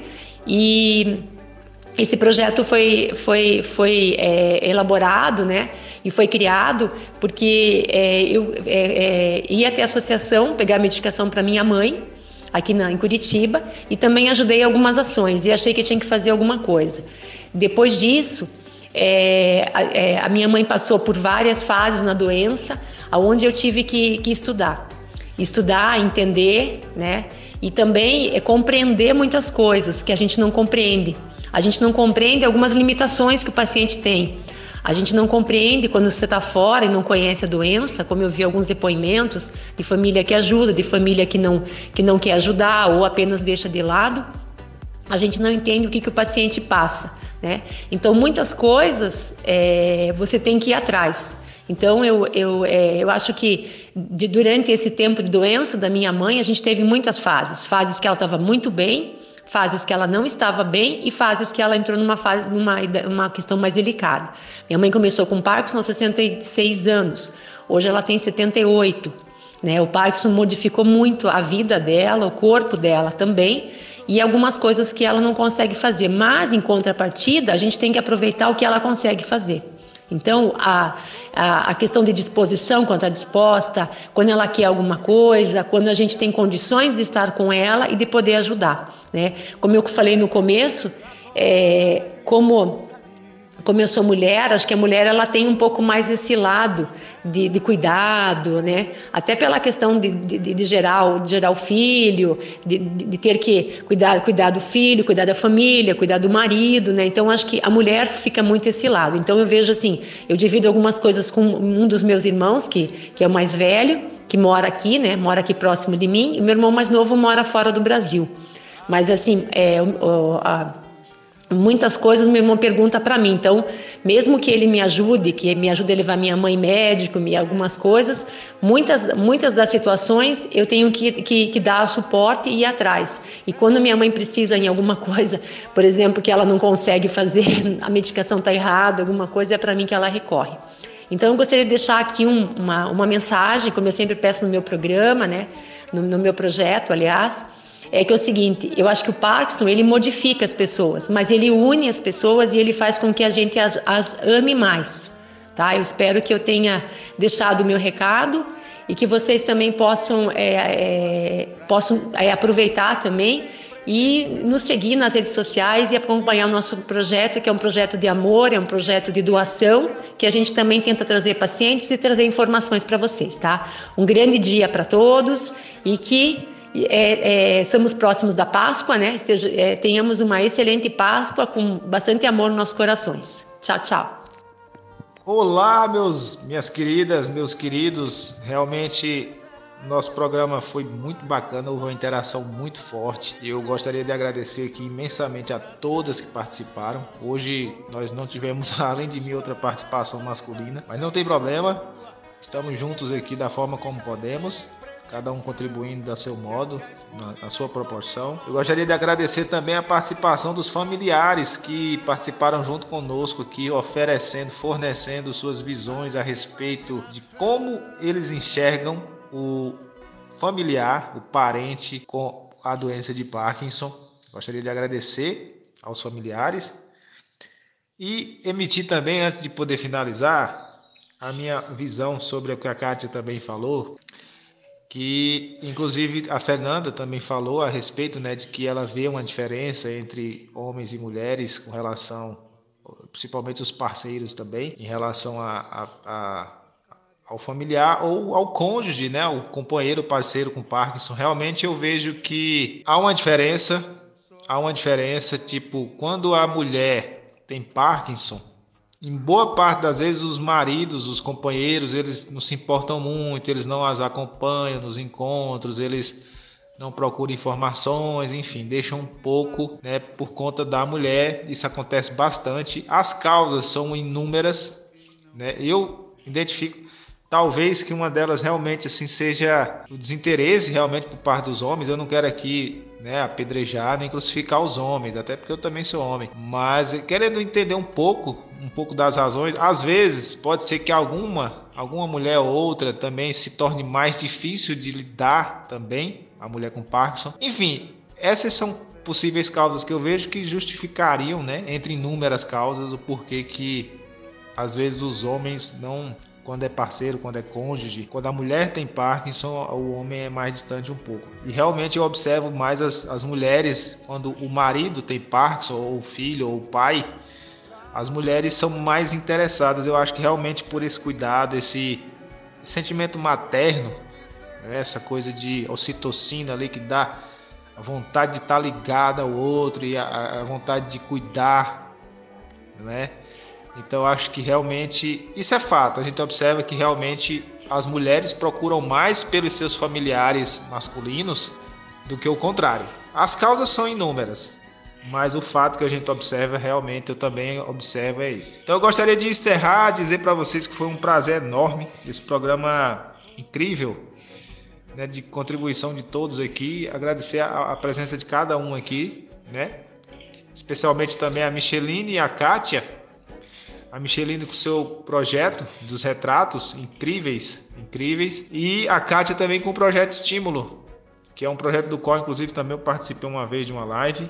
e esse projeto foi, foi, foi é, elaborado, né? E foi criado porque é, eu é, é, ia até a associação pegar medicação para minha mãe, aqui na, em Curitiba, e também ajudei algumas ações, e achei que tinha que fazer alguma coisa. Depois disso, é, a, é, a minha mãe passou por várias fases na doença, onde eu tive que, que estudar. Estudar, entender, né? E também é, compreender muitas coisas que a gente não compreende. A gente não compreende algumas limitações que o paciente tem. A gente não compreende quando você está fora e não conhece a doença, como eu vi alguns depoimentos de família que ajuda, de família que não, que não quer ajudar ou apenas deixa de lado. A gente não entende o que, que o paciente passa, né? Então, muitas coisas é, você tem que ir atrás. Então, eu, eu, é, eu acho que de, durante esse tempo de doença da minha mãe, a gente teve muitas fases. Fases que ela estava muito bem, fases que ela não estava bem e fases que ela entrou numa fase, numa uma questão mais delicada. Minha mãe começou com Parkinson aos sessenta e seis anos, hoje ela tem setenta e oito, né? O Parkinson modificou muito a vida dela, o corpo dela também, e algumas coisas que ela não consegue fazer, mas em contrapartida a gente tem que aproveitar o que ela consegue fazer. Então, a, a, a questão de disposição, quando está disposta, quando ela quer alguma coisa, quando a gente tem condições de estar com ela e de poder ajudar, né? Como eu falei no começo, é, como, como eu sou mulher, acho que a mulher ela tem um pouco mais esse lado de, de cuidado, né? Até pela questão de, de, de, gerar, de gerar o filho, de, de, de ter que cuidar, cuidar do filho, cuidar da família, cuidar do marido, né? Então, acho que a mulher fica muito esse lado. Então, eu vejo assim, eu divido algumas coisas com um dos meus irmãos, que, que é o mais velho, que mora aqui, né? Mora aqui próximo de mim, e meu irmão mais novo mora fora do Brasil. Mas, assim, é, o, a, muitas coisas meu irmão pergunta para mim, então mesmo que ele me ajude, que me ajude a levar minha mãe médico, me algumas coisas, muitas, muitas das situações eu tenho que, que, que dar suporte e ir atrás. E quando minha mãe precisa em alguma coisa, por exemplo, que ela não consegue fazer, a medicação está errada, alguma coisa, é para mim que ela recorre. Então eu gostaria de deixar aqui um, uma, uma mensagem, como eu sempre peço no meu programa, né, no, no meu projeto, aliás, é que é o seguinte, eu acho que o Parkinson, ele modifica as pessoas, mas ele une as pessoas e ele faz com que a gente as, as ame mais, tá? Eu espero que eu tenha deixado o meu recado e que vocês também possam, é, é, possam é, aproveitar também e nos seguir nas redes sociais e acompanhar o nosso projeto, que é um projeto de amor, é um projeto de doação, que a gente também tenta trazer pacientes e trazer informações para vocês, tá? Um grande dia para todos e que é, é, estamos próximos da Páscoa, né? Esteja, é, tenhamos uma excelente Páscoa com bastante amor nos nossos corações. Tchau, tchau. Olá, meus, minhas queridas, meus queridos, realmente nosso programa foi muito bacana, houve uma interação muito forte e eu gostaria de agradecer aqui imensamente a todas que participaram. Hoje nós não tivemos, além de mim, outra participação masculina, mas não tem problema, estamos juntos aqui da forma como podemos, cada um contribuindo da seu modo, na, na sua proporção. Eu gostaria de agradecer também a participação dos familiares que participaram junto conosco aqui, oferecendo, fornecendo suas visões a respeito de como eles enxergam o familiar, o parente com a doença de Parkinson. Gostaria de agradecer aos familiares e emitir também, antes de poder finalizar, a minha visão sobre o que a Kátia também falou, que inclusive a Fernanda também falou a respeito, né, de que ela vê uma diferença entre homens e mulheres com relação, principalmente os parceiros também, em relação a, a, a ao familiar ou ao cônjuge, né, o companheiro, parceiro com Parkinson. Realmente eu vejo que há uma diferença, há uma diferença, tipo, quando a mulher tem Parkinson, em boa parte das vezes os maridos, os companheiros, eles não se importam muito, eles não as acompanham nos encontros, eles não procuram informações, enfim, deixam um pouco, né, por conta da mulher. Isso acontece bastante. As causas são inúmeras, né, eu identifico talvez que uma delas realmente assim seja o desinteresse realmente por parte dos homens. Eu não quero aqui, né, apedrejar nem crucificar os homens, até porque eu também sou homem, mas querendo entender um pouco, um pouco das razões. Às vezes pode ser que alguma, alguma mulher ou outra também se torne mais difícil de lidar também, a mulher com Parkinson. Enfim, essas são possíveis causas que eu vejo que justificariam, né, entre inúmeras causas, o porquê que às vezes os homens não, quando é parceiro, quando é cônjuge, quando a mulher tem Parkinson, o homem é mais distante um pouco. E realmente eu observo mais as, as mulheres, quando o marido tem Parkinson, ou o filho, ou o pai, as mulheres são mais interessadas. Eu acho que realmente por esse cuidado, esse sentimento materno, né, essa coisa de ocitocina ali que dá a vontade de estar ligada ao outro e a, a vontade de cuidar, né? Então acho que realmente isso é fato. A gente observa que realmente as mulheres procuram mais pelos seus familiares masculinos do que o contrário. As causas são inúmeras, mas o fato que a gente observa realmente, eu também observo, é esse. Então eu gostaria de encerrar, dizer para vocês que foi um prazer enorme esse programa incrível, né, de contribuição de todos aqui. Agradecer a, a presença de cada um aqui, né? Especialmente também a Micheline e a Kátia. A Micheline com o seu projeto dos retratos incríveis, incríveis. E a Kátia também com o projeto Estímulo, que é um projeto do qual, inclusive, também eu participei uma vez de uma live.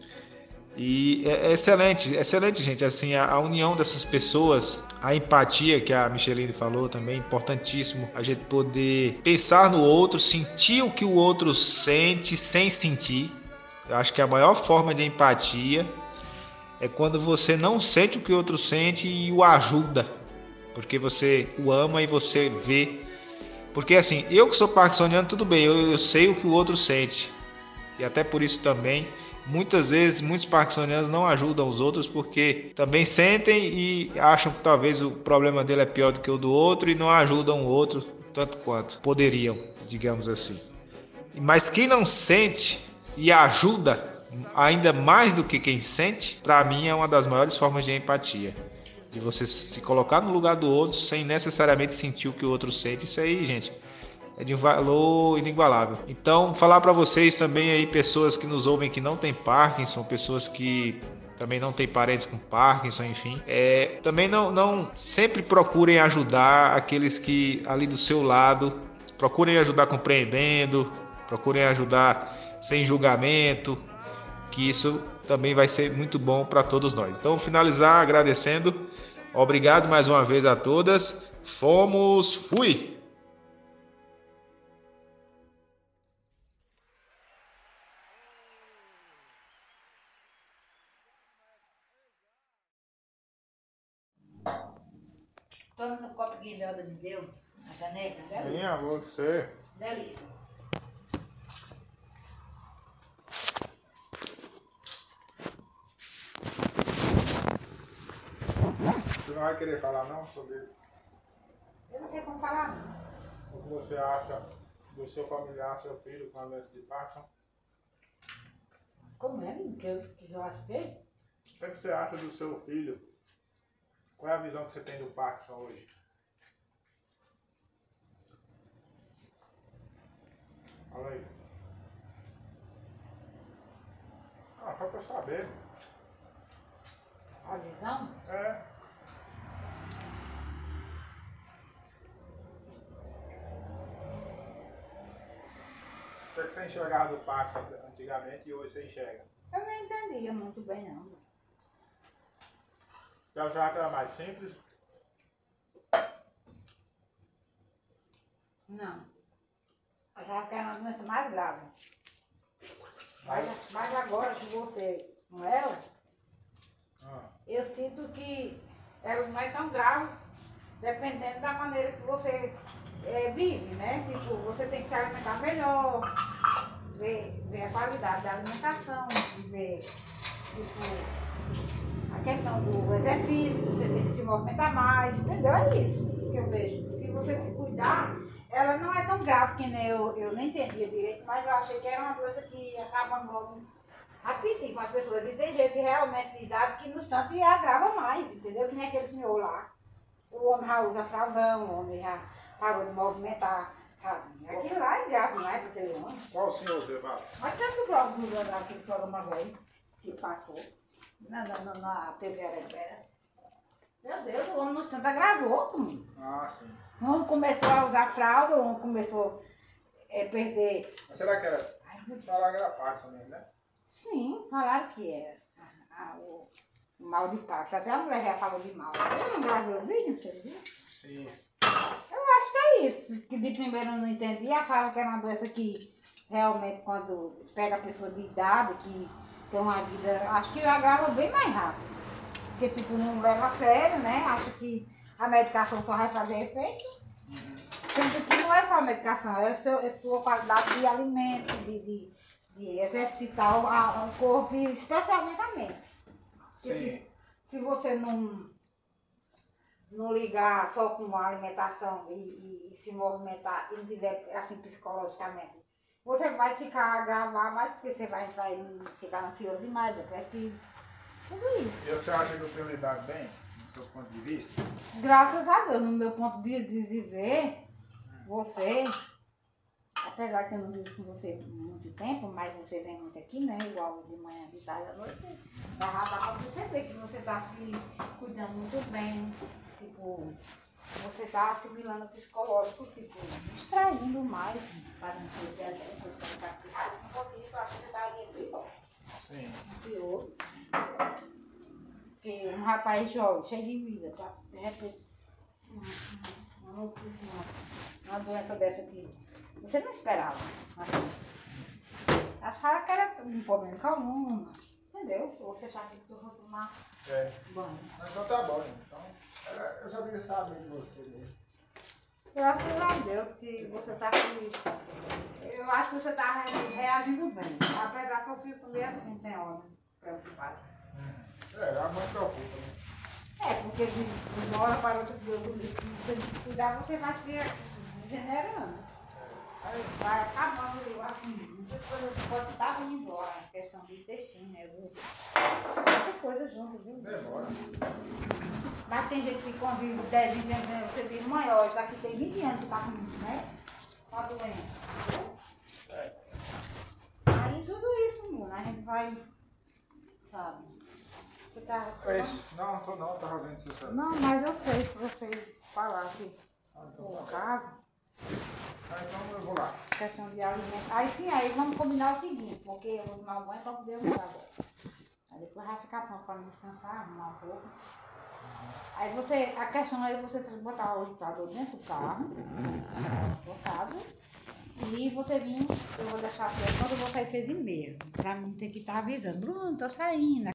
E é excelente, excelente, gente. Assim, a, a união dessas pessoas, a empatia que a Micheline falou também, importantíssimo. A gente poder pensar no outro, sentir o que o outro sente sem sentir. Eu acho que a maior forma de empatia é quando você não sente o que o outro sente e o ajuda, porque você o ama e você vê. Porque assim, eu que sou parkinsoniano, tudo bem, eu, eu sei o que o outro sente. E até por isso também, muitas vezes, muitos parkinsonianos não ajudam os outros, porque também sentem e acham que talvez o problema dele é pior do que o do outro e não ajudam o outro tanto quanto poderiam, digamos assim. Mas quem não sente e ajuda ainda mais do que quem sente, para mim é uma das maiores formas de empatia, de você se colocar no lugar do outro sem necessariamente sentir o que o outro sente. Isso aí, gente, é de um valor inigualável. Então, falar para vocês também aí, pessoas que nos ouvem que não tem Parkinson, pessoas que também não tem parentes com Parkinson, enfim, é, também não, não sempre procurem ajudar aqueles que ali do seu lado, procurem ajudar compreendendo, procurem ajudar sem julgamento, que isso também vai ser muito bom para todos nós. Então, finalizar agradecendo. Obrigado mais uma vez a todas. Fomos, fui! Tome no copo que Imelda me deu, a caneca, delícia. Minha, você. Delícia. Você não vai querer falar não sobre Eu não sei como falar. o que você acha do seu familiar, seu filho com a doença de Parkinson? Como é que eu, que eu acho que? O que você acha do seu filho? Qual é a visão que você tem do Parkinson hoje? Fala aí. Ah, só pra eu saber. A visão? É. O que é que você enxergava do Parkinson antigamente e hoje você enxerga? Eu não entendia muito bem, não. Você achava que era mais simples? Não. Achava que era uma doença mais grave. Mas, mas agora que você com ela, Ah. eu sinto que ela não é tão grave, dependendo da maneira que você é, vive, né? Tipo, você tem que se alimentar melhor, ver, ver a qualidade da alimentação, ver, tipo, a questão do exercício, você tem que se movimentar mais, entendeu? É isso que eu vejo. Se você se cuidar, ela não é tão grave que nem eu, eu nem entendia direito, mas eu achei que era uma doença que acaba logo rapidinho com as pessoas. E tem gente realmente de idade que no instante agrava mais, entendeu? Que nem aquele senhor lá. O homem já usa fraldão, o homem já parou de movimentar, sabe? Aquilo lá é grave, não é para aquele homem. Qual o senhor, Devato? Mas tanto programa daquele programa velho que passou na, na, na, na T V Arembera. Meu Deus, o homem no instante agravou, comigo. Ah, sim. O homem começou a usar fralda, o homem começou a é, perder. Mas será que era? Falaram que era Parkinson mesmo, né? Sim, falaram que era. Ah, ah, o, o mal de Parkinson. Até a mulher já falou de mal. Eu não gravei o vídeo, vocês viram? Sim. Eu acho que é isso. Que de primeiro eu não entendi. Achava que era uma doença que realmente quando pega a pessoa de idade, que tem uma vida. Acho que agrava bem mais rápido. Porque tipo, não leva a sério, né? Acha que a medicação só vai fazer efeito. Sendo que não é só a medicação, é a sua, é a sua qualidade de alimento, de, de, de exercitar o, a, o corpo e especialmente a mente. Porque se, se você não, não ligar só com a alimentação e, e, e se movimentar e não tiver assim psicologicamente, você vai ficar agravar mais porque você vai, vai ficar ansioso demais, depressivo. Tudo isso. E você acha que eu tenho lidado bem, do seu ponto de vista? Graças a Deus, no meu ponto de, de ver, você, apesar que eu não vivo com você há muito tempo, mas você vem muito aqui, né? Igual de manhã, de tarde, à noite, já dá pra você ver que você tá se cuidando muito bem, tipo, você tá assimilando o psicológico, tipo, distraindo mais, para não ser viajante, se fosse isso, eu acho que você estaria pior. Sim. Ansioso. Porque um rapaz jovem, cheio de vida, tá? De repente, uma, uma, uma, uma doença dessa que você não esperava. Assim. Achava que era um problema comum, entendeu? Vou fechar aqui porque eu vou tomar é. banho. Mas então tá bom, então. Eu só queria saber de você mesmo. Graças a Deus que você tá aqui. Eu acho que você tá reagindo bem. Apesar que eu fico meio assim, tem hora, preocupada. É, a mãe preocupa, né? É, porque de, de uma hora para outra, se você não se cuidar, você vai se degenerando. Vai acabando, assim, muitas coisas podem estar vindo embora, a questão do intestino, né? Muitas coisas juntas, viu? Demora. Mas tem gente que convive dez, vinte anos, você diz, maior, isso aqui tem vinte anos que tá com, né? Com a doença. É. Aí tudo isso, menino, a gente vai, sabe? Você tá. É isso. Não, tô não, tava vendo se você. Não, mas eu sei que você falasse Ah, então por tá. caso. Ah, então eu vou lá. Questão de alimento. Aí sim, aí vamos combinar o seguinte, porque eu vou tomar um banho para poder usar agora. Aí depois vai ficar pronto para descansar, arrumar um pouco. Aí você, a questão aí é você botar o liquidificador dentro do carro, na sua casa, e você vir, eu vou deixar pra quando eu vou sair seis e meia, pra mim ter que estar avisando, Bruno, tô saindo.